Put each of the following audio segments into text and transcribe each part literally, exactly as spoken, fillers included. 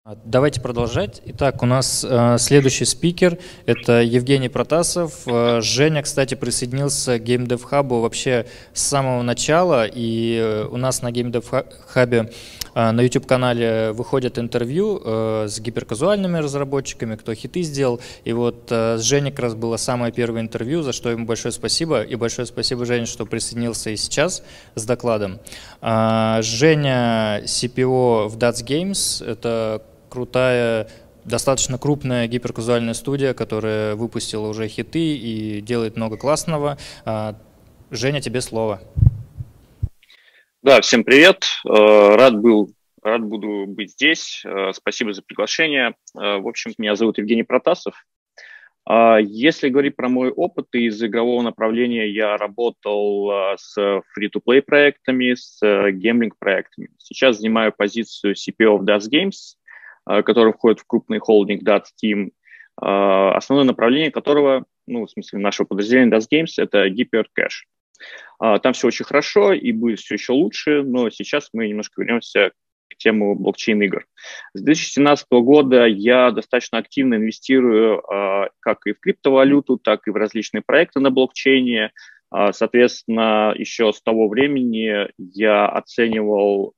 Давайте продолжать. Итак, у нас э, следующий спикер – это Евгений Протасов. Э, Женя, кстати, присоединился к GameDev Hub вообще с самого начала, и э, у нас на GameDev Hub э, на YouTube-канале выходят интервью э, с гиперказуальными разработчиками, кто хиты сделал, и вот э, с Женей как раз было самое первое интервью, за что ему большое спасибо, и большое спасибо, Женя, что присоединился и сейчас с докладом. Э, Женя си пи о в Dats Games – это крутая, достаточно крупная гиперказуальная студия, которая выпустила уже хиты и делает много классного. Женя, тебе слово. Да, всем привет. Рад был, рад буду быть здесь. Спасибо за приглашение. В общем, меня зовут Евгений Протасов. Если говорить про мой опыт из игрового направления, я работал с free-to-play проектами, с геймлинг проектами. Сейчас занимаю позицию си пи о в Dats Games, который входит в крупный холдинг Dats Team, основное направление которого, ну, в смысле нашего подразделения Dats Games, это гиперкэш. Там все очень хорошо и будет все еще лучше, но сейчас мы немножко вернемся к теме блокчейн-игр. С две тысячи семнадцатого года я достаточно активно инвестирую как и в криптовалюту, так и в различные проекты на блокчейне. Соответственно, еще с того времени я оценивал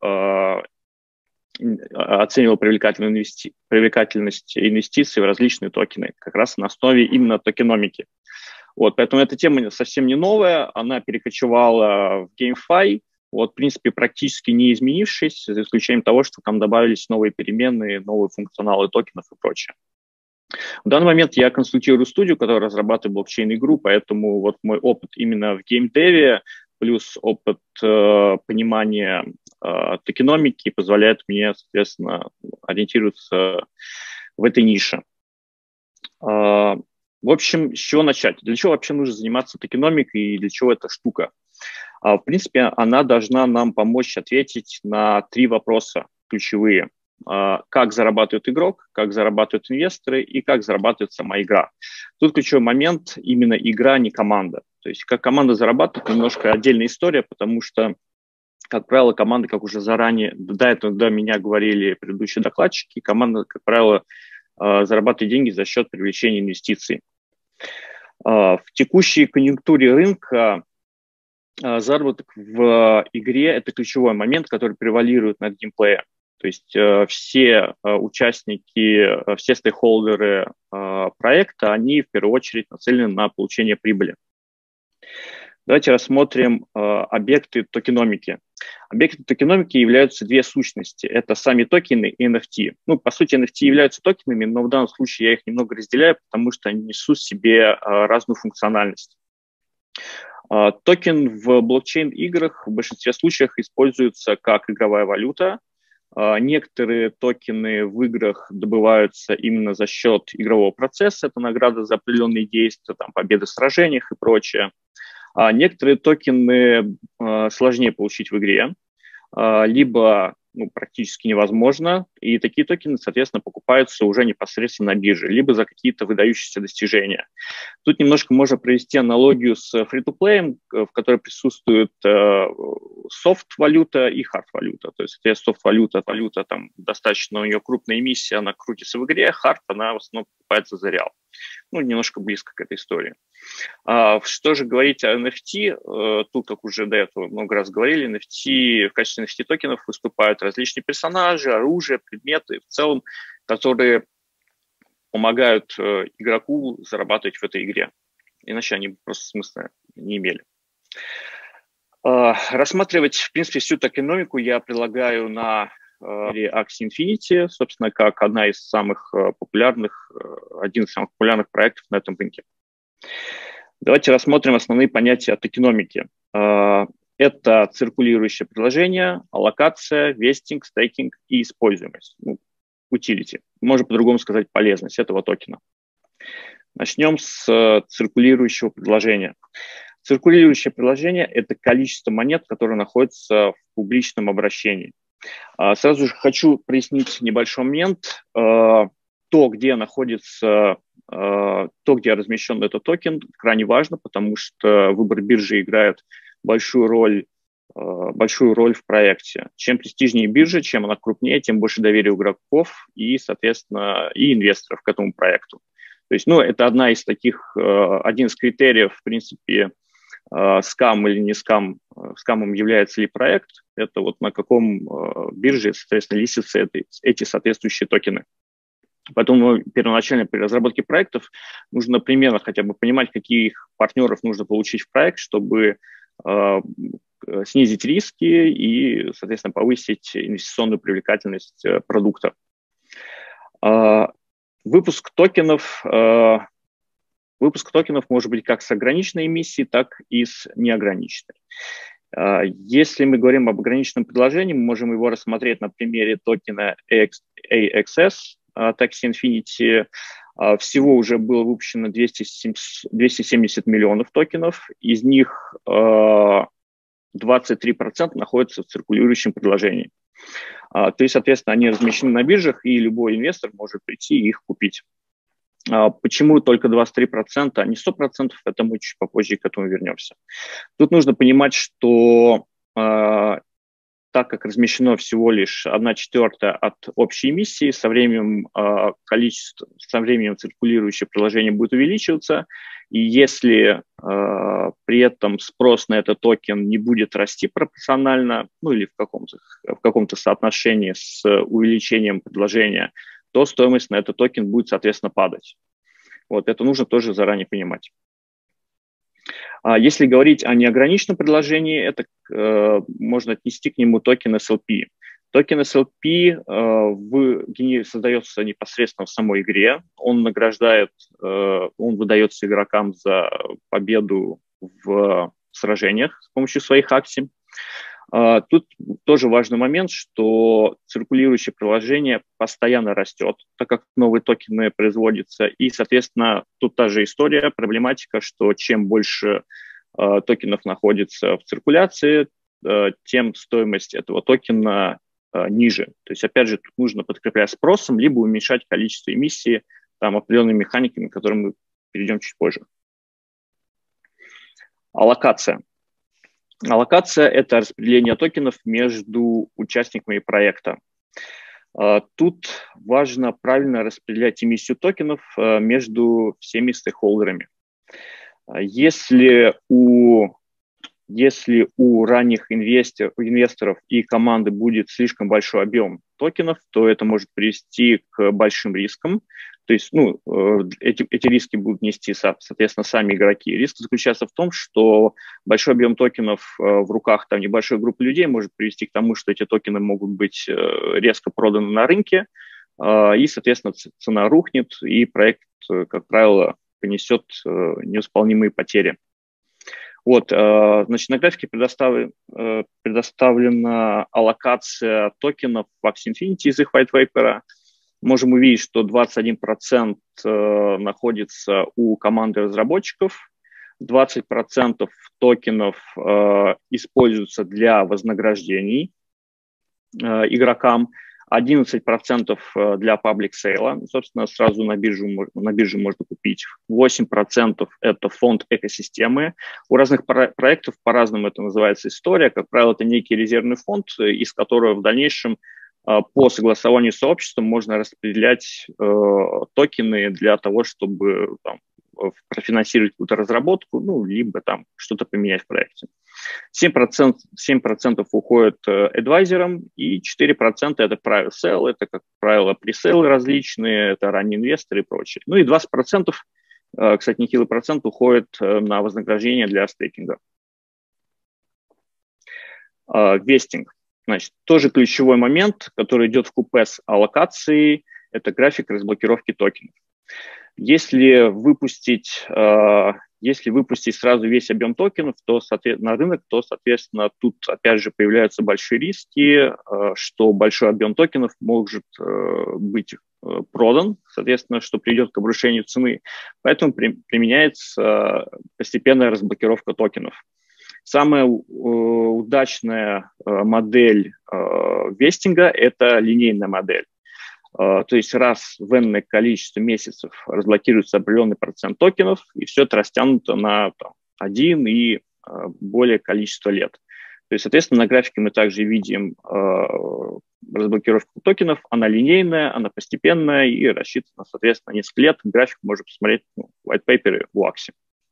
оценивал привлекательную инвести... привлекательность инвестиций в различные токены, как раз на основе именно токеномики. Вот, поэтому эта тема совсем не новая, она перекочевала в GameFi, вот, в принципе, практически не изменившись, за исключением того, что там добавились новые переменные, новые функционалы токенов и прочее. В данный момент я консультирую студию, которая разрабатывает блокчейн-игру, поэтому вот мой опыт именно в геймдеве плюс опыт э, понимания э, токеномики позволяет мне, соответственно, ориентироваться в этой нише. Э, в общем, с чего начать? Для чего вообще нужно заниматься токеномикой и для чего эта штука? Э, в принципе, она должна нам помочь ответить на три вопроса ключевые. Э, как зарабатывает игрок, как зарабатывают инвесторы и как зарабатывает сама игра. Тут ключевой момент именно игра, не команда. То есть как команда зарабатывает, немножко отдельная история, потому что, как правило, команды, как уже заранее, до этого до меня говорили предыдущие докладчики, команда, как правило, зарабатывает деньги за счет привлечения инвестиций. В текущей конъюнктуре рынка заработок в игре – это ключевой момент, который превалирует над геймплеем. То есть э, все э, участники, э, все стейкхолдеры э, проекта, они в первую очередь нацелены на получение прибыли. Давайте рассмотрим э, объекты токеномики. Объекты токеномики являются две сущности. Это сами токены и эн эф ти. Ну, по сути, эн эф ти являются токенами, но в данном случае я их немного разделяю, потому что они несут в себе э, разную функциональность. Э, токен в блокчейн-играх в большинстве случаев используется как игровая валюта. Некоторые токены в играх добываются именно за счет игрового процесса, это награда за определенные действия, там, победы в сражениях и прочее. А некоторые токены э, сложнее получить в игре, э, либо ну, практически невозможно, и такие токены, соответственно, покупаются уже непосредственно на бирже, либо за какие-то выдающиеся достижения. Тут немножко можно провести аналогию с free-to-play, в которой присутствует э, софт-валюта и хард-валюта. То есть, софт-валюта, валюта, там достаточно у нее крупная эмиссия, она крутится в игре, хард, она в основном покупается за реал. Ну, немножко близко к этой истории. А, что же говорить о эн эф ти? А, тут, как уже до этого много раз говорили, эн эф ти, в качестве эн эф ти токенов выступают различные персонажи, оружие, предметы, в целом, которые помогают э, игроку зарабатывать в этой игре. Иначе они просто смысла не имели. А, рассматривать, в принципе, всю токеномику я предлагаю на Axie Infinity, собственно, как одна из самых популярных, один из самых популярных проектов на этом рынке. Давайте рассмотрим основные понятия токеномики. Это циркулирующее приложение, аллокация, вестинг, стейкинг и используемость. Ну, utility. Можно по-другому сказать полезность этого токена. Начнем с циркулирующего предложения. Циркулирующее приложение – это количество монет, которые находятся в публичном обращении. Сразу же хочу прояснить небольшой момент. То, где находится, то, где размещен этот токен, крайне важно, потому что выбор биржи играет большую роль большую роль в проекте. Чем престижнее биржа, чем она крупнее, тем больше доверия у игроков и, соответственно, и инвесторов к этому проекту. То есть, ну, это одна из таких, один из критериев, в принципе, скам или не скам, скамом является ли проект, это вот на каком бирже, соответственно, листятся эти, эти соответствующие токены. Поэтому первоначально при разработке проектов нужно примерно хотя бы понимать, каких партнеров нужно получить в проект, чтобы э, снизить риски и, соответственно, повысить инвестиционную привлекательность э, продукта. Э, выпуск токенов, э, выпуск токенов может быть как с ограниченной эмиссией, так и с неограниченной. Э, если мы говорим об ограниченном предложении, мы можем его рассмотреть на примере токена эй экс эс, Taxi Infinity. Всего уже было выпущено двести семьдесят миллионов токенов, из них двадцать три процента находятся в циркулирующем предложении. То есть, соответственно, они размещены на биржах, и любой инвестор может прийти и их купить. Почему только двадцать три процента, а не сто процентов, это мы чуть попозже к этому вернемся. Тут нужно понимать, что так как размещено всего лишь одна четвертая от общей эмиссии, со временем э, количество, со временем циркулирующее приложение будет увеличиваться, и если э, при этом спрос на этот токен не будет расти пропорционально, ну или в каком-то, в каком-то соотношении с увеличением предложения, то стоимость на этот токен будет, соответственно, падать. Вот это нужно тоже заранее понимать. Если говорить о неограниченном предложении, это э, можно отнести к нему токен эс эл пи. Токен эс эл пи э, в, создается непосредственно в самой игре. Он награждает, э, он выдается игрокам за победу в сражениях с помощью своих акций. Uh, тут тоже важный момент, что циркулирующее приложение постоянно растет, так как новые токены производятся. И, соответственно, тут та же история, проблематика, что чем больше uh, токенов находится в циркуляции, uh, тем стоимость этого токена uh, ниже. То есть, опять же, тут нужно подкреплять спросом, либо уменьшать количество эмиссии там, определенными механиками, к которым мы перейдем чуть позже. Аллокация. Аллокация – это распределение токенов между участниками проекта. Тут важно правильно распределять эмиссию токенов между всеми стейкхолдерами. Если у, если у ранних инвестор, инвесторов и команды будет слишком большой объем токенов, то это может привести к большим рискам. То есть ну, эти, эти риски будут нести, соответственно, сами игроки. Риск заключается в том, что большой объем токенов в руках там, небольшой группы людей может привести к тому, что эти токены могут быть резко проданы на рынке, и, соответственно, цена рухнет, и проект, как правило, понесет невосполнимые потери. Вот, значит, на графике предоставлен, предоставлена аллокация токенов в Axie Infinity из их white paper. Можем увидеть, что двадцать один процент находится у команды разработчиков, двадцать процентов токенов используются для вознаграждений игрокам, одиннадцать процентов для паблик сейла, собственно, сразу на биржу, на бирже можно купить, восемь процентов это фонд экосистемы. У разных про- проектов по-разному это называется история. Как правило, это некий резервный фонд, из которого в дальнейшем по согласованию с сообществом можно распределять э, токены для того, чтобы там, профинансировать какую-то разработку, ну, либо там что-то поменять в проекте. семь процентов, семь процентов уходит адвайзерам, и четыре процента это private sale, это, как правило, пресейлы различные, это ранние инвесторы и прочее. Ну и двадцать процентов, э, кстати, нехилый процент уходит на вознаграждение для стейкинга. Э, вестинг. Значит, тоже ключевой момент, который идет в купе с аллокацией, это график разблокировки токенов. Если выпустить, э, если выпустить сразу весь объем токенов то, на рынок, то, соответственно, тут опять же появляются большие риски, э, что большой объем токенов может э, быть э, продан, соответственно, что приведет к обрушению цены. Поэтому при, применяется э, постепенная разблокировка токенов. Самая э, удачная э, модель э, вестинга – это линейная модель. Э, то есть раз в энное количество месяцев разблокируется определенный процент токенов, и все это растянуто на там, один и э, более количество лет. То есть, соответственно, на графике мы также видим э, разблокировку токенов. Она линейная, она постепенная и рассчитана, соответственно, на несколько лет. График можно посмотреть ну, в white paper в Axie.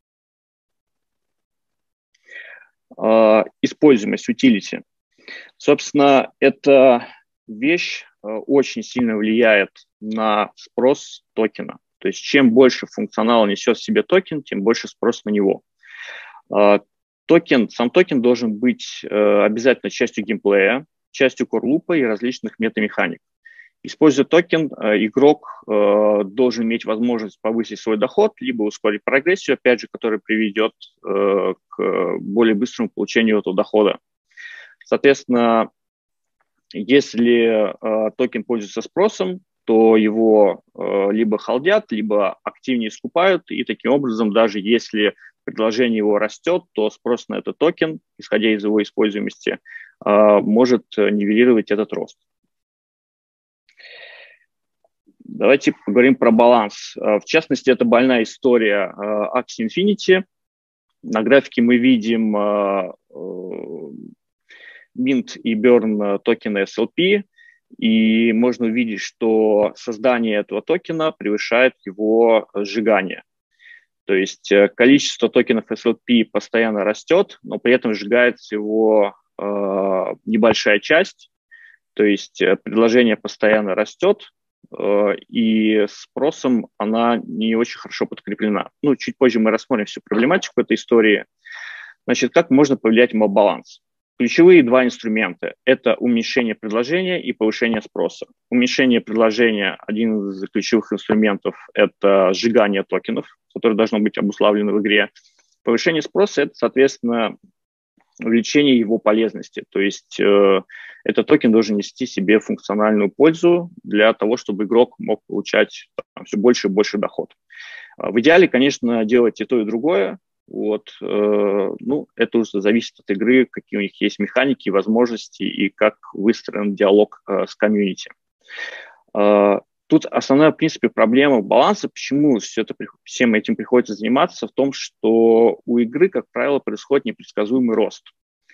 Э, используемость, utility. Собственно, эта вещь э, очень сильно влияет на спрос токена. То есть чем больше функционала несет в себе токен, тем больше спрос на него. Э, токен, сам токен должен быть э, обязательно частью геймплея, частью корлупа и различных метамеханик. Используя токен, э, игрок э, должен иметь возможность повысить свой доход, либо ускорить прогрессию, опять же, которая приведет э, к более быстрому получению этого дохода. Соответственно, если э, токен пользуется спросом, то его э, либо холдят, либо активнее скупают, и таким образом, даже если предложение его растет, то спрос на этот токен, исходя из его используемости, э, может нивелировать этот рост. Давайте поговорим про баланс. В частности, это больная история Axie Infinity. На графике мы видим mint и burn токена эс эл пи, и можно увидеть, что создание этого токена превышает его сжигание. То есть количество токенов эс эл пи постоянно растет, но при этом сжигается его небольшая часть, то есть предложение постоянно растет, и спросом она не очень хорошо подкреплена. Ну, чуть позже мы рассмотрим всю проблематику этой истории. Значит, как можно повлиять на баланс? Ключевые два инструмента – это уменьшение предложения и повышение спроса. Уменьшение предложения – один из ключевых инструментов – это сжигание токенов, которое должно быть обуславлено в игре. Повышение спроса – это, соответственно, увеличение его полезности. То есть э, этот токен должен нести себе функциональную пользу для того, чтобы игрок мог получать там, все больше и больше доход. В идеале, конечно, делать и то, и другое. Вот, э, ну, это уже зависит от игры, какие у них есть механики, возможности и как выстроен диалог э, с комьюнити. Э, тут основная, в принципе, проблема баланса, почему все это, всем этим приходится заниматься, в том, что у игры, как правило, происходит непредсказуемый рост.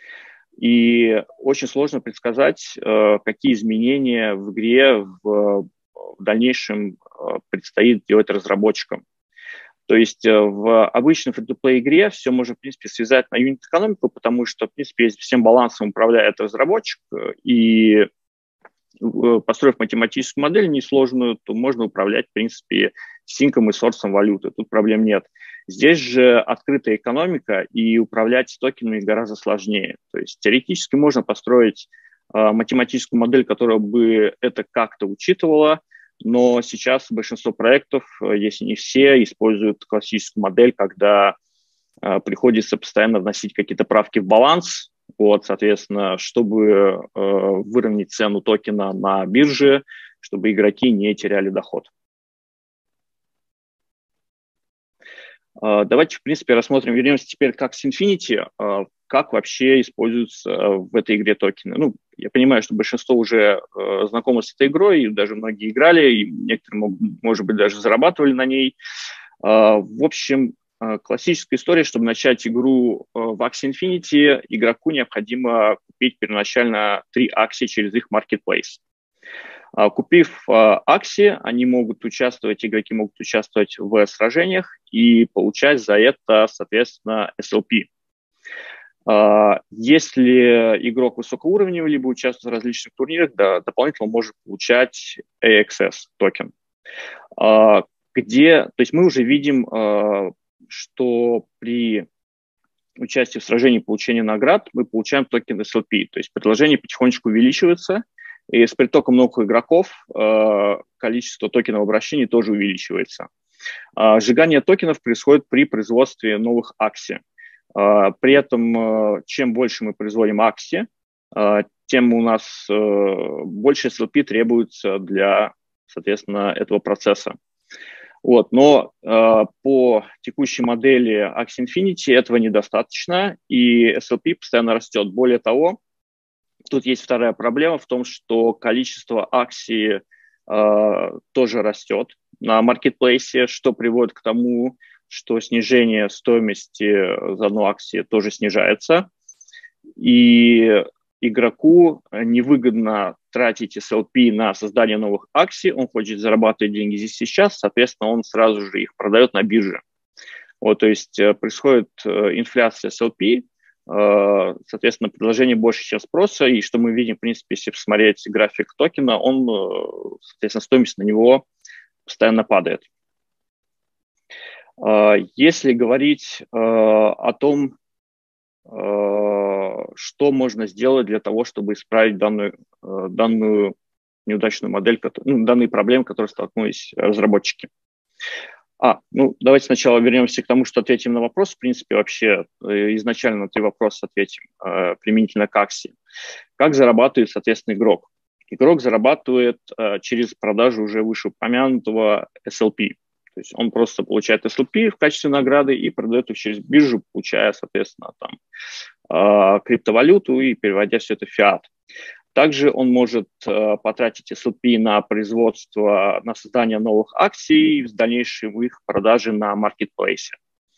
И очень сложно предсказать, э, какие изменения в игре в, в дальнейшем э, предстоит делать разработчикам. То есть в обычной фри-то-плей игре все можно, в принципе, связать на юнит-экономику, потому что, в принципе, если всем балансом управляет разработчик, и построив математическую модель несложную, то можно управлять, в принципе, синком и сорсом валюты. Тут проблем нет. Здесь же открытая экономика, и управлять токенами гораздо сложнее. То есть теоретически можно построить математическую модель, которая бы это как-то учитывала, но сейчас большинство проектов, если не все, используют классическую модель, когда э, приходится постоянно вносить какие-то правки в баланс, вот, соответственно, чтобы э, выровнять цену токена на бирже, чтобы игроки не теряли доход. Э, давайте, в принципе, рассмотрим, вернемся теперь как с Infinity, э, как вообще используются в этой игре токены. Ну, я понимаю, что большинство уже э, знакомы с этой игрой, и даже многие играли, и некоторые, может быть, даже зарабатывали на ней. Э, в общем, э, классическая история, чтобы начать игру э, в Axie Infinity, игроку необходимо купить первоначально три Axie через их marketplace. Э, купив э, Axie, они могут участвовать, игроки могут участвовать в сражениях и получать за это, соответственно, эс эл пи. Если игрок высокоуровневый, либо участвует в различных турнирах, да, дополнительно он может получать эй экс эс токен. Где, то есть мы уже видим, что при участии в сражении и получении наград мы получаем токен эс эл пи. То есть предложение потихонечку увеличивается, и с притоком новых игроков количество токенов обращений тоже увеличивается. Сжигание токенов происходит при производстве новых Axie. При этом, чем больше мы производим Axie, тем у нас больше эс эл пи требуется для, соответственно, этого процесса. Вот. Но по текущей модели Axie Infinity этого недостаточно, и эс эл пи постоянно растет. Более того, тут есть вторая проблема в том, что количество Axie тоже растет на маркетплейсе, что приводит к тому, что снижение стоимости за одну Axie тоже снижается. и игроку невыгодно тратить эс эл пи на создание новых акций, он хочет зарабатывать деньги здесь сейчас, соответственно, он сразу же их продает на бирже. Вот, то есть происходит инфляция эс эл пи, соответственно, предложение больше, чем спроса, и что мы видим, в принципе, если посмотреть график токена, он, соответственно, стоимость на него постоянно падает. Если говорить о том, что можно сделать для того, чтобы исправить данную, данную неудачную модель, ну, данные проблемы, которые столкнулись разработчики. А, ну, давайте сначала вернемся к тому, что ответим на вопрос. В принципе, вообще изначально на три вопроса ответим э, применительно к акции. Как зарабатывает, соответственно, игрок? Игрок зарабатывает э, через продажу уже вышеупомянутого эс эл пи. То есть он просто получает эс эл пи в качестве награды и продает их через биржу, получая, соответственно, там, э, криптовалюту и переводя все это в фиат. Также он может э, потратить эс эл пи на производство, на создание новых акций и в дальнейшем их продажи на маркетплейсе.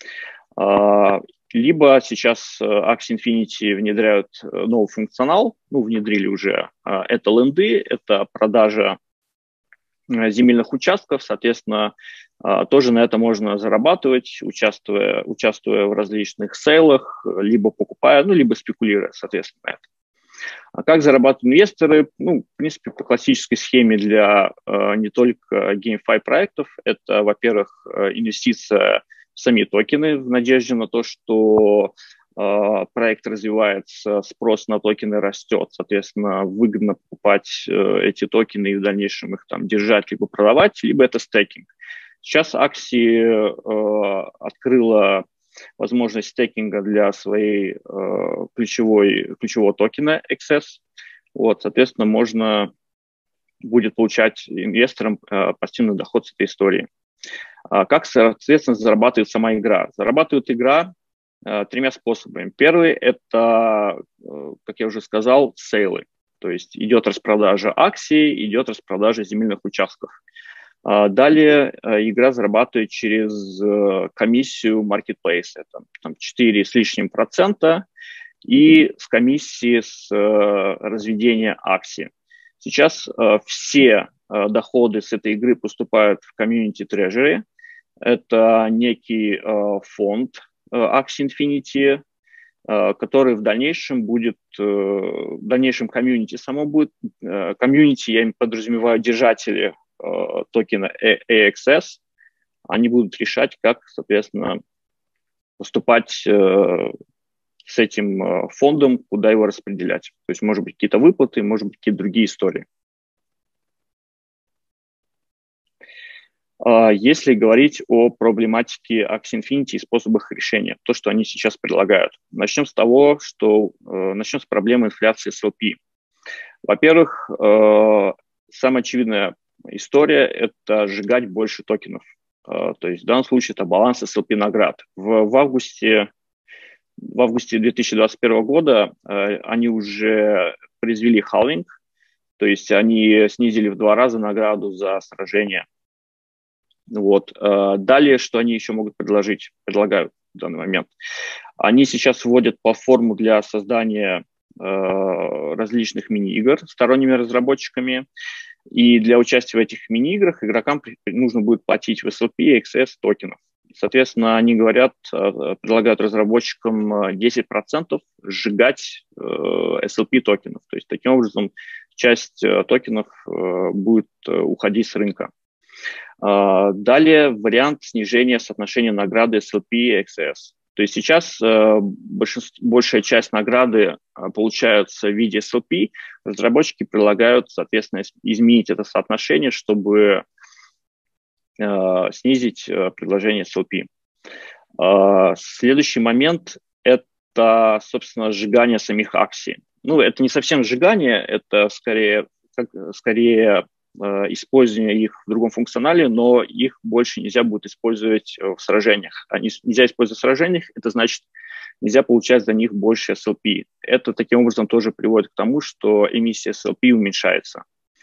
Э, либо сейчас э, Axie Infinity внедряют новый функционал, ну, внедрили уже. Э, это ленды, это продажа э, земельных участков, соответственно, э, тоже на это можно зарабатывать, участвуя, участвуя в различных сейлах, либо покупая, ну, либо спекулируя, соответственно, на это. А как зарабатывают инвесторы? Ну, в принципе, по классической схеме для э, не только GameFi проектов. Это, во-первых, инвестиция в сами токены в надежде на то, что э, проект развивается, спрос на токены растет, соответственно, выгодно покупать э, эти токены и в дальнейшем их там держать, либо продавать, либо это стейкинг. Сейчас Axie э, открыла возможность стейкинга для своей э, ключевой, ключевого токена икс эс. Вот, соответственно, можно будет получать инвесторам э, пассивный доход с этой истории. А как, соответственно, зарабатывает сама игра? Зарабатывает игра э, тремя способами. Первый – это, э, как я уже сказал, сейлы. То есть идет распродажа акций, идет распродажа земельных участков. Далее игра зарабатывает через комиссию маркетплейса, это там четыре с лишним процента, и с комиссии с разведения акций. Сейчас все доходы с этой игры поступают в комьюнити Treasury. Это некий фонд Axie Infinity, который в дальнейшем будет, в дальнейшем комьюнити само будет, комьюнити, я подразумеваю держатели токена эй икс эс, они будут решать, как, соответственно, поступать э, с этим э, фондом, куда его распределять. То есть, может быть, какие-то выплаты, может быть, какие-то другие истории. А если говорить о проблематике Axie Infinity и способах их решения, то, что они сейчас предлагают. Начнем с того, что э, начнем с проблемы инфляции эс эл пи. Во-первых, э, самая очевидная история – это сжигать больше токенов. Uh, то есть в данном случае это баланс эс эл пи наград. В, в, августе, в августе две тысячи двадцать первого года uh, они уже произвели халвинг, то есть они снизили в два раза награду за сражение. Вот. Uh, далее, что они еще могут предложить, предлагают в данный момент. Они сейчас вводят платформу для создания uh, различных мини-игр сторонними разработчиками. И для участия в этих мини-играх игрокам нужно будет платить в эс эл пи и икс эс токенов. Соответственно, они говорят, предлагают разработчикам десять процентов сжигать эс эл пи токенов. То есть таким образом часть токенов будет уходить с рынка. Далее вариант снижения соотношения награды эс эл пи и икс эс. То есть сейчас э, большая часть награды э, получается в виде эс эл пи. Разработчики предлагают, соответственно, изменить это соотношение, чтобы э, снизить э, предложение эс эл пи. Э, следующий момент – это, собственно, сжигание самих акций. Ну, это не совсем сжигание, это скорее, как, скорее использование их в другом функционале, но их больше нельзя будет использовать в сражениях. Они нельзя использовать в сражениях, это значит, нельзя получать за них больше эс эл пи. Это таким образом тоже приводит к тому, что эмиссия эс эл пи уменьшается.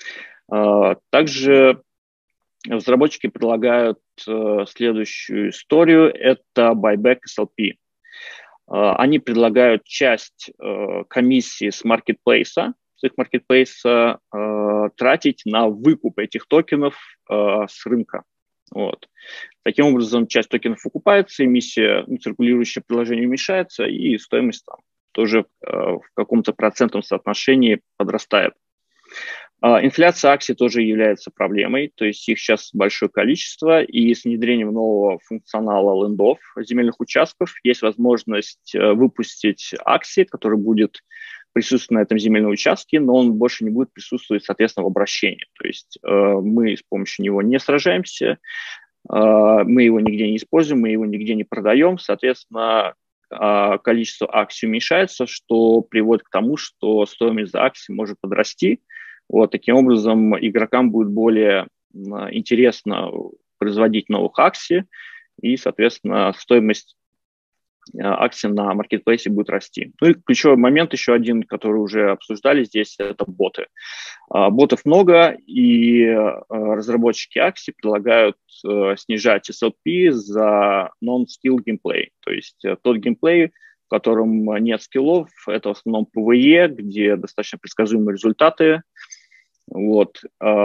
Также разработчики предлагают следующую историю, это buyback эс эл пи. Они предлагают часть комиссии с маркетплейса, с их маркетплейса тратить на выкуп этих токенов с рынка. Вот. Таким образом, часть токенов выкупается, эмиссия, ну, циркулирующее приложение уменьшается, и стоимость там тоже в каком-то процентном соотношении подрастает. Инфляция акций тоже является проблемой, то есть их сейчас большое количество, и с внедрением нового функционала лендов, земельных участков, есть возможность выпустить акции, который будет присутствовать на этом земельном участке, но он больше не будет присутствовать, соответственно, в обращении. То есть мы с помощью него не сражаемся, мы его нигде не используем, мы его нигде не продаем, соответственно, количество акций уменьшается, что приводит к тому, что стоимость за акции может подрасти. Вот, таким образом, игрокам будет более интересно производить новых акций, и, соответственно, стоимость акций на маркетплейсе будет расти. Ну и ключевой момент еще один, который уже обсуждали здесь, это боты. Ботов много, и разработчики акций предлагают снижать эс эл пи за non-skill геймплей, то есть тот геймплей, в котором нет скиллов, это в основном пи ви и, где достаточно предсказуемые результаты. Вот.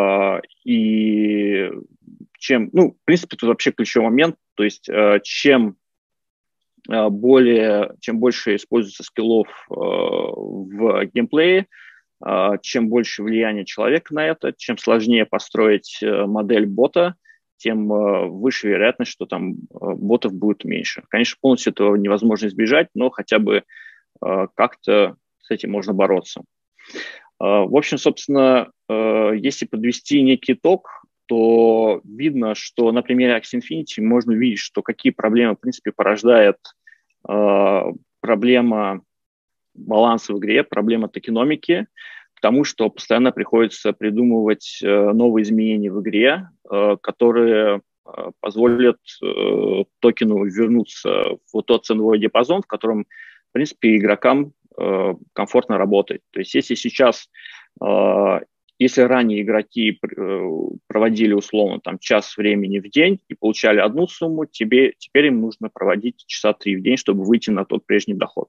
И чем, ну, в принципе, тут вообще ключевой момент, то есть чем более, чем больше используется скиллов в геймплее, чем больше влияния человека на это, чем сложнее построить модель бота, тем выше вероятность, что там ботов будет меньше. Конечно, полностью этого невозможно избежать, но хотя бы как-то с этим можно бороться. В общем, собственно, если подвести некий итог, то видно, что на примере Axie Infinity можно увидеть, что какие проблемы, в принципе, порождает проблема баланса в игре, проблема токеномики, потому что постоянно приходится придумывать новые изменения в игре, которые позволят токену вернуться в тот ценовой диапазон, в котором, в принципе, игрокам комфортно работать. То есть если сейчас, если ранее игроки проводили условно там час времени в день и получали одну сумму, тебе, теперь им нужно проводить часа три в день, чтобы выйти на тот прежний доход.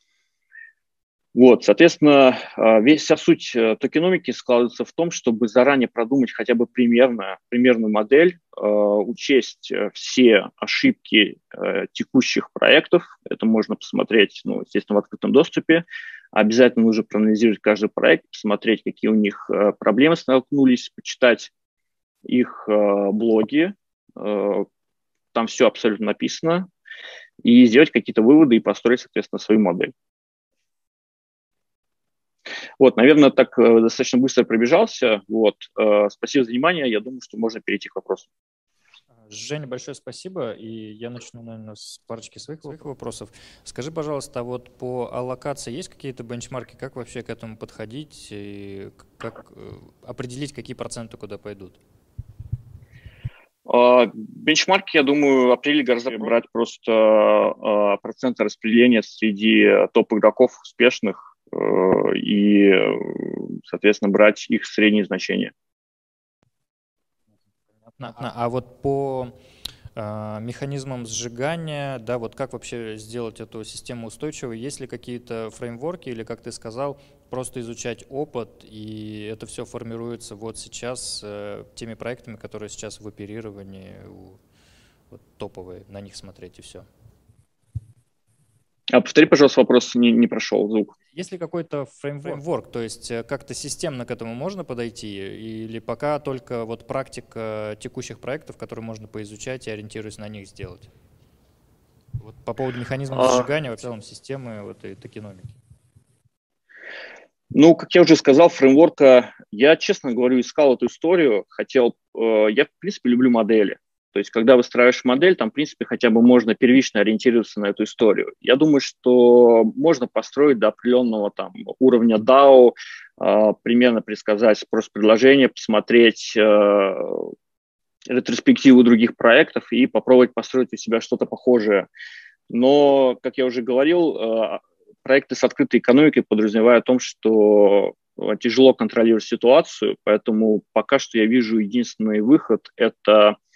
Вот, соответственно, весь, вся суть токеномики складывается в том, чтобы заранее продумать хотя бы примерно, примерную модель, учесть все ошибки текущих проектов. Это можно посмотреть, ну, естественно, в открытом доступе. Обязательно нужно проанализировать каждый проект, посмотреть, какие у них проблемы столкнулись, почитать их блоги. Там все абсолютно написано. И сделать какие-то выводы и построить, соответственно, свою модель. Вот, наверное, так э, достаточно быстро пробежался. Вот, э, спасибо за внимание. Я думаю, что можно перейти к вопросу. Женя, большое спасибо. И я начну, наверное, с парочки своих, своих вопросов. Скажи, пожалуйста, а вот по аллокации есть какие-то бенчмарки? Как вообще к этому подходить? И как э, определить, какие проценты куда пойдут? Uh, бенчмарки, я думаю, определить гораздо брать просто uh, проценты распределения среди топ-игроков успешных, и, соответственно, брать их средние значения. Понятно. А вот по э, механизмам сжигания, да, вот как вообще сделать эту систему устойчивой? Есть ли какие-то фреймворки или, как ты сказал, просто изучать опыт, и это все формируется вот сейчас э, теми проектами, которые сейчас в оперировании, вот, топовые, на них смотреть и все? А повтори, пожалуйста, вопрос, не, не прошел звук. Есть ли какой-то фреймворк, то есть как-то системно к этому можно подойти, или пока только вот практика текущих проектов, которые можно поизучать и, ориентируясь на них, сделать? Вот по поводу механизмов а... сжигания, в целом системы вот, и токеномики. Ну, как я уже сказал, фреймворка, я, честно говорю, искал эту историю, хотел, э, я, в принципе, люблю модели. То есть, когда выстраиваешь модель, там, в принципе, хотя бы можно первично ориентироваться на эту историю. Я думаю, что можно построить до определенного там уровня дао, э, примерно предсказать спрос предложения, посмотреть э, ретроспективу других проектов и попробовать построить у себя что-то похожее. Но, как я уже говорил, э, проекты с открытой экономикой подразумевают о том, что тяжело контролировать ситуацию, поэтому пока что я вижу единственный выход – это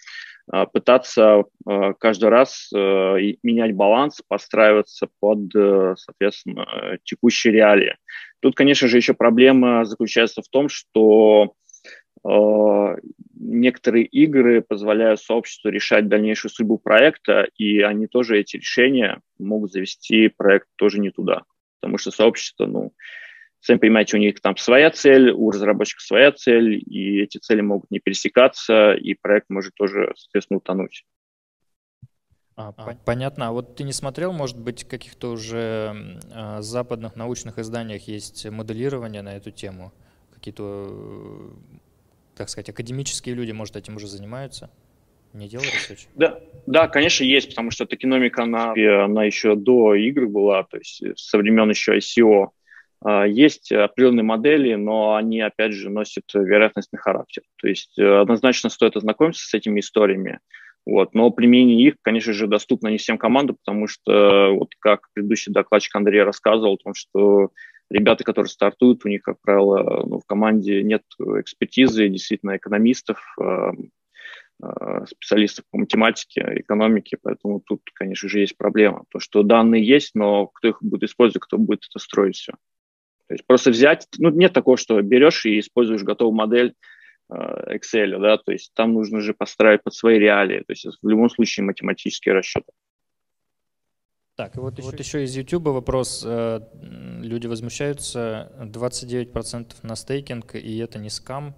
а, пытаться а, каждый раз а, менять баланс, подстраиваться под, соответственно, текущие реалии. Тут, конечно же, еще проблема заключается в том, что а, некоторые игры позволяют сообществу решать дальнейшую судьбу проекта, и они тоже, эти решения, могут завести проект тоже не туда. Потому что сообщество, ну, сами понимаете, у них там своя цель, у разработчиков своя цель, и эти цели могут не пересекаться, и проект может тоже, соответственно, утонуть. А, понятно. А вот ты не смотрел, может быть, в каких-то уже а, западных научных изданиях есть моделирование на эту тему? Какие-то, так сказать, академические люди, может, этим уже занимаются? Не делал ресерч? Да, да, конечно, есть, потому что токеномика, она, она еще до игр была, то есть со времен еще ай си о. Есть определенные модели, но они, опять же, носят вероятностный характер. То есть однозначно стоит ознакомиться с этими историями, вот, но применение их, конечно же, доступно не всем командам, потому что, вот как предыдущий докладчик Андрей рассказывал о том, что ребята, которые стартуют, у них, как правило, ну, в команде нет экспертизы, действительно, экономистов, специалистов по математике, экономике, поэтому тут, конечно же, есть проблема. То, что данные есть, но кто их будет использовать, кто будет это строить все. То есть просто взять, ну, нет такого, что берешь и используешь готовую модель э, Excel, да, то есть там нужно же подстраивать под свои реалии, то есть в любом случае математические расчеты. Так, и вот, вот еще из YouTube вопрос. Люди возмущаются, двадцать девять процентов на стейкинг, и это не скам?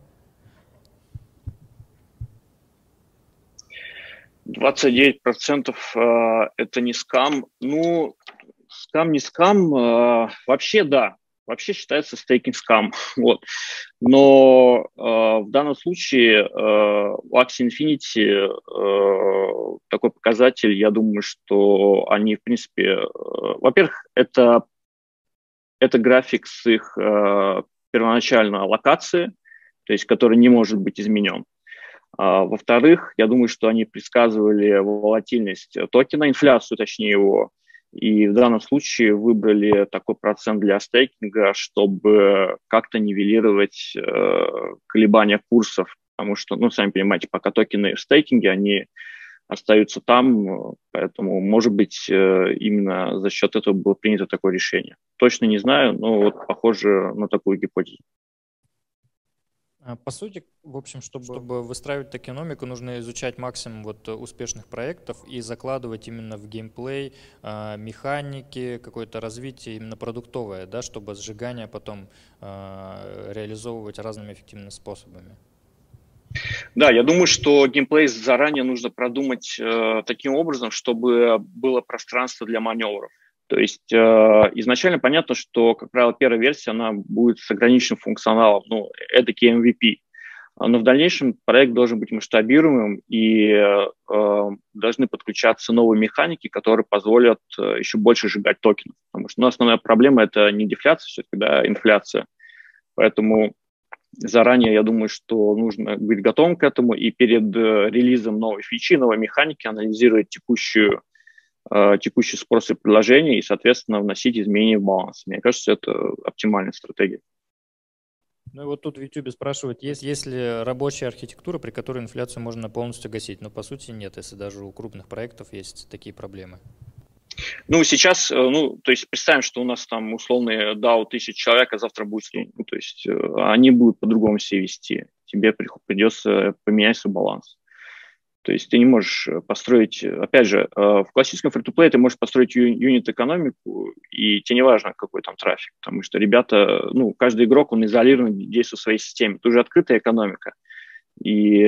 двадцать девять процентов э, это не скам. Ну, скам не скам, э, вообще да. Вообще считается стейкинг скам. Вот. Но э, в данном случае э, у Axie Infinity э, такой показатель, я думаю, что они, в принципе, э, во-первых, это, это график с их э, первоначальной локации, то есть который не может быть изменен. А, во-вторых, я думаю, что они предсказывали волатильность токена, инфляцию, точнее его, и в данном случае выбрали такой процент для стейкинга, чтобы как-то нивелировать э, колебания курсов, потому что, ну, сами понимаете, пока токены в стейкинге, они остаются там, поэтому, может быть, э, именно за счет этого было принято такое решение. Точно не знаю, но вот похоже на такую гипотезу. По сути, в общем, чтобы, чтобы выстраивать токеномику, нужно изучать максимум вот успешных проектов и закладывать именно в геймплей э, механики, какое-то развитие именно продуктовое, да, чтобы сжигание потом э, реализовывать разными эффективными способами. Да, я думаю, что геймплей заранее нужно продумать э, таким образом, чтобы было пространство для маневров. То есть э, изначально понятно, что, как правило, первая версия, она будет с ограниченным функционалом, ну, эдакий эм ви пи. Но в дальнейшем проект должен быть масштабируемым, и э, должны подключаться новые механики, которые позволят э, еще больше сжигать токенов. Потому что ну, основная проблема – это не дефляция, все-таки, да, инфляция. Поэтому заранее, я думаю, что нужно быть готовым к этому, и перед э, релизом новой фичи, новой механики анализировать текущую текущий спрос и предложение и, соответственно, вносить изменения в баланс. Мне кажется, это оптимальная стратегия. Ну и вот тут в YouTube спрашивают, есть, есть ли рабочая архитектура, при которой инфляцию можно полностью гасить? Но по сути нет, если даже у крупных проектов есть такие проблемы. Ну, сейчас, ну, то есть представим, что у нас там условные дао тысяч человек, а завтра будет сто. Ну, то есть они будут по-другому себя вести. Тебе придется поменять свой баланс. То есть ты не можешь построить, опять же, в классическом фри-то-плей ты можешь построить юнит-экономику, и тебе не важно, какой там трафик, потому что ребята, ну, каждый игрок, он изолирован, действует в своей системе. Тут же открытая экономика, и,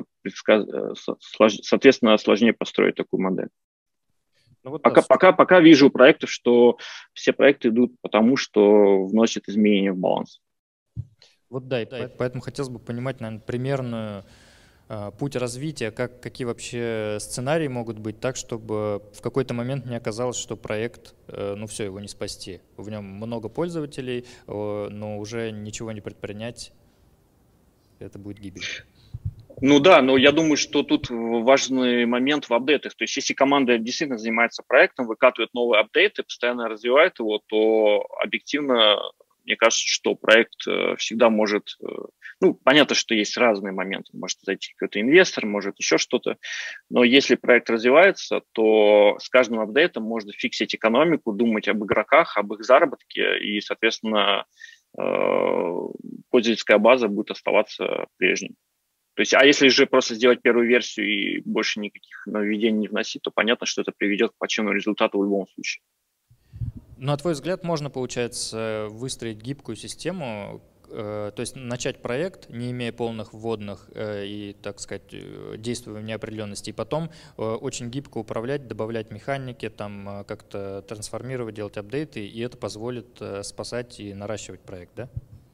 соответственно, сложнее построить такую модель. Ну, вот пока, пока, пока вижу у проектов, что все проекты идут потому, что вносят изменения в баланс. Вот да, и да, поэтому хотелось бы понимать, наверное, примерную путь развития, как, какие вообще сценарии могут быть так, чтобы в какой-то момент не оказалось, что проект, ну все, его не спасти. В нем много пользователей, но уже ничего не предпринять, это будет гибель. Ну да, но я думаю, что тут важный момент в апдейтах. То есть если команда действительно занимается проектом, выкатывает новые апдейты, постоянно развивает его, то объективно Мне кажется, что проект всегда может... Ну, понятно, что есть разные моменты. Может зайти какой-то инвестор, может еще что-то. Но если проект развивается, то с каждым апдейтом можно фиксить экономику, думать об игроках, об их заработке, и, соответственно, пользовательская база будет оставаться прежней. То есть, а если же просто сделать первую версию и больше никаких нововведений не вносить, то понятно, что это приведет к плачевному результату в любом случае. На твой взгляд, можно, получается, выстроить гибкую систему, э, то есть начать проект, не имея полных вводных э, и, так сказать, действуя в неопределенности, и потом э, очень гибко управлять, добавлять механики, там э, как-то трансформировать, делать апдейты, и это позволит э, спасать и наращивать проект, да?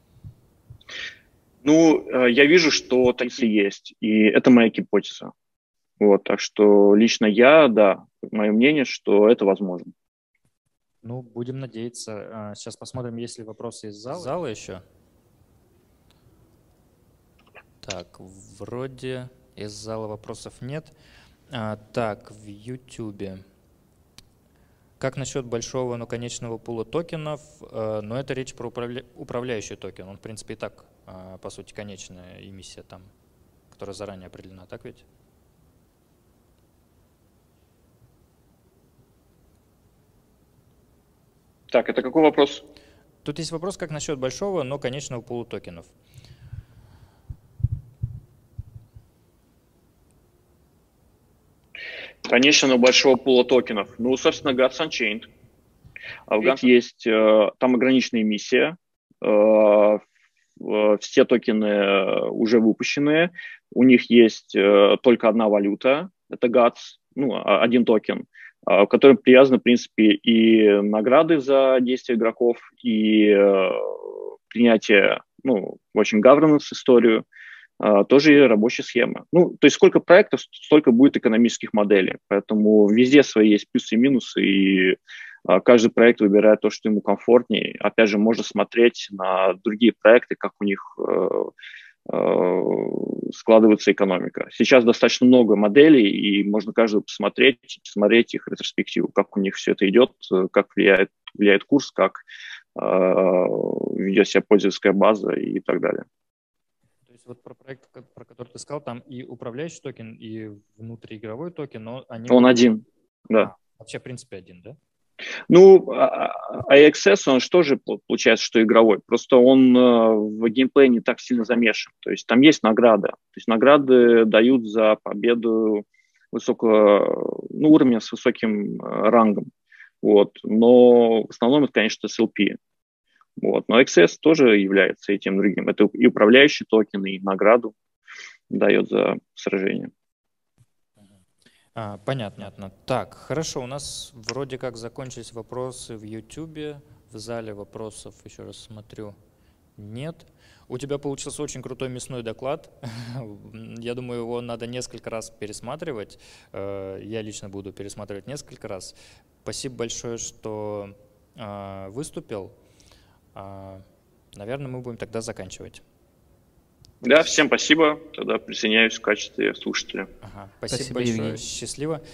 Ну, я вижу, что такие есть, и это моя гипотеза. Вот, так что лично я, да, мое мнение, что это возможно. Ну, будем надеяться. Сейчас посмотрим, есть ли вопросы из зала. Зала еще? Так, вроде из зала вопросов нет. А, так, в YouTube. Как насчет большого, но конечного пула токенов? А, но это речь про управля... управляющий токен. Он, в принципе, и так, а, по сути, конечная эмиссия там, которая заранее определена, так ведь? Так, это какой вопрос? Тут есть вопрос, как насчет большого, но конечного пула токенов. Конечного большого пула токенов. Ну, собственно, Gods Unchained. А в Gods есть, там ограниченная эмиссия. Все токены уже выпущенные. У них есть только одна валюта. Это Gods, ну, один токен, к которым привязаны, в принципе, и награды за действия игроков, и э, принятие, ну, очень governance историю, э, тоже рабочая схема. Ну, то есть сколько проектов, столько будет экономических моделей. Поэтому везде свои есть плюсы и минусы, и э, каждый проект выбирает то, что ему комфортнее. Опять же, можно смотреть на другие проекты, как у них... Э, складывается экономика. Сейчас достаточно много моделей, и можно каждую посмотреть, посмотреть их ретроспективу, как у них все это идет, как влияет, влияет курс, как э, ведет себя пользовательская база и так далее. То есть вот про проект, про который ты сказал, там и управляющий токен, и внутриигровой токен, но они... Он один, да. А, вообще, в принципе, один, да? Ну, эй икс эс, он же тоже получается, что игровой. Просто он в геймплее не так сильно замешан. То есть там есть награда. То есть награды дают за победу высокого, ну, уровня с высоким рангом. Вот. Но в основном это, конечно, эс эл пи. Вот. Но эй икс эс тоже является и тем другим. Это и управляющий токен, и награду дает за сражение. А, понятно. Так, хорошо, у нас вроде как закончились вопросы в YouTube, в зале вопросов, еще раз смотрю, нет. У тебя получился очень крутой мясной доклад, я думаю, его надо несколько раз пересматривать, я лично буду пересматривать несколько раз. Спасибо большое, что выступил, наверное, мы будем тогда заканчивать. Да, всем спасибо. Тогда присоединяюсь в качестве слушателя. Ага, спасибо, спасибо большое. Евгений. Счастливо.